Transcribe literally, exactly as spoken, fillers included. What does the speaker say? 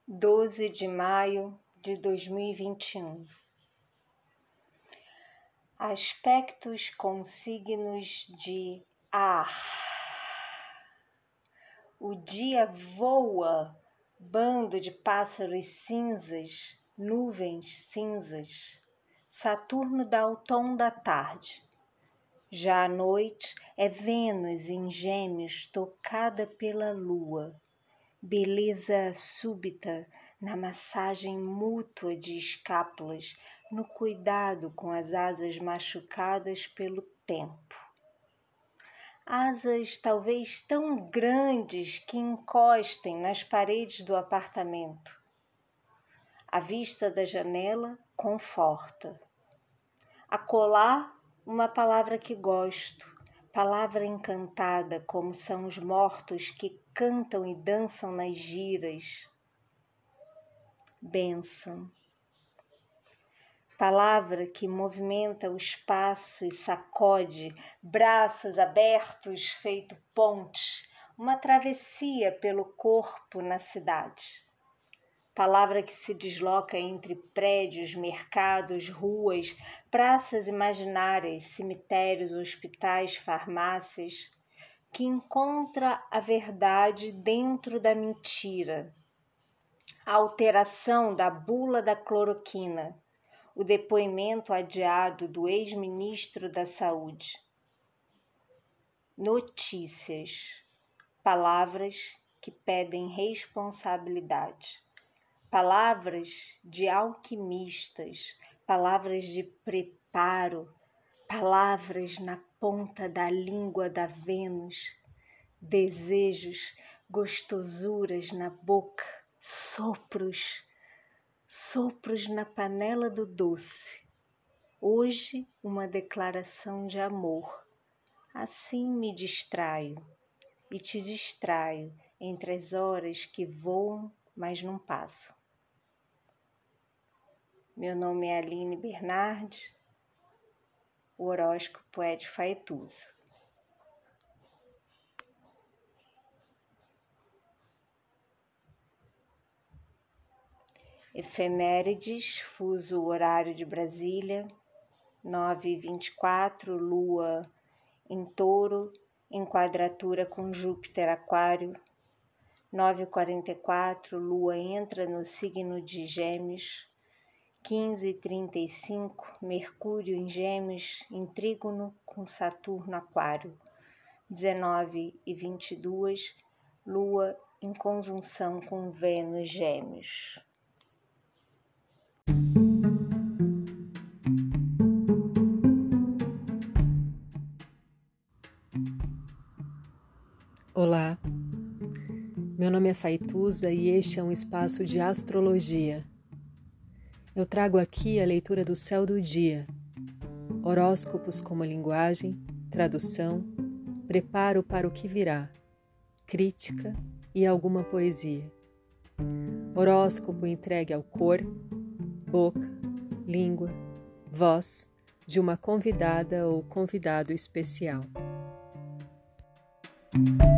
doze de maio de dois mil e vinte e um. Aspectos com signos de ar. O dia voa, bando de pássaros cinzas, nuvens cinzas. Saturno dá o tom da tarde. Já à noite é Vênus em Gêmeos tocada pela lua. Beleza súbita na massagem mútua de escápulas, no cuidado com as asas machucadas pelo tempo. Asas talvez tão grandes que encostem nas paredes do apartamento. A vista da janela conforta. Acolá, uma palavra que gosto, palavra encantada como são os mortos que cantam e dançam nas giras. Bênção. Palavra que movimenta o espaço e sacode, braços abertos feito pontes, uma travessia pelo corpo na cidade. Palavra que se desloca entre prédios, mercados, ruas, praças imaginárias, cemitérios, hospitais, farmácias, que encontra a verdade dentro da mentira. A alteração da bula da cloroquina, o depoimento adiado do ex-ministro da Saúde. Notícias, palavras que pedem responsabilidade. Palavras de alquimistas, palavras de preparo, palavras na ponta da língua da Vênus, desejos, gostosuras na boca, sopros, sopros na panela do doce. Hoje, uma declaração de amor. Assim me distraio e te distraio entre as horas que voam, mas não passam. Meu nome é Aline Bernardes, o horóscopo é de Faetusa. Efemérides, fuso horário de Brasília, nove e vinte e quatro, Lua em Touro, em quadratura com Júpiter Aquário. nove e quarenta e quatro, Lua entra no signo de Gêmeos. quinze e trinta e cinco, Mercúrio em Gêmeos, em trígono com Saturno Aquário. dezenove e vinte e dois, Lua em conjunção com Vênus Gêmeos. Olá, meu nome é Faetusa e este é um espaço de astrologia. Eu trago aqui a leitura do céu do dia, horóscopos como linguagem, tradução, preparo para o que virá, crítica e alguma poesia. Horóscopo entregue ao corpo, boca, língua, voz de uma convidada ou convidado especial.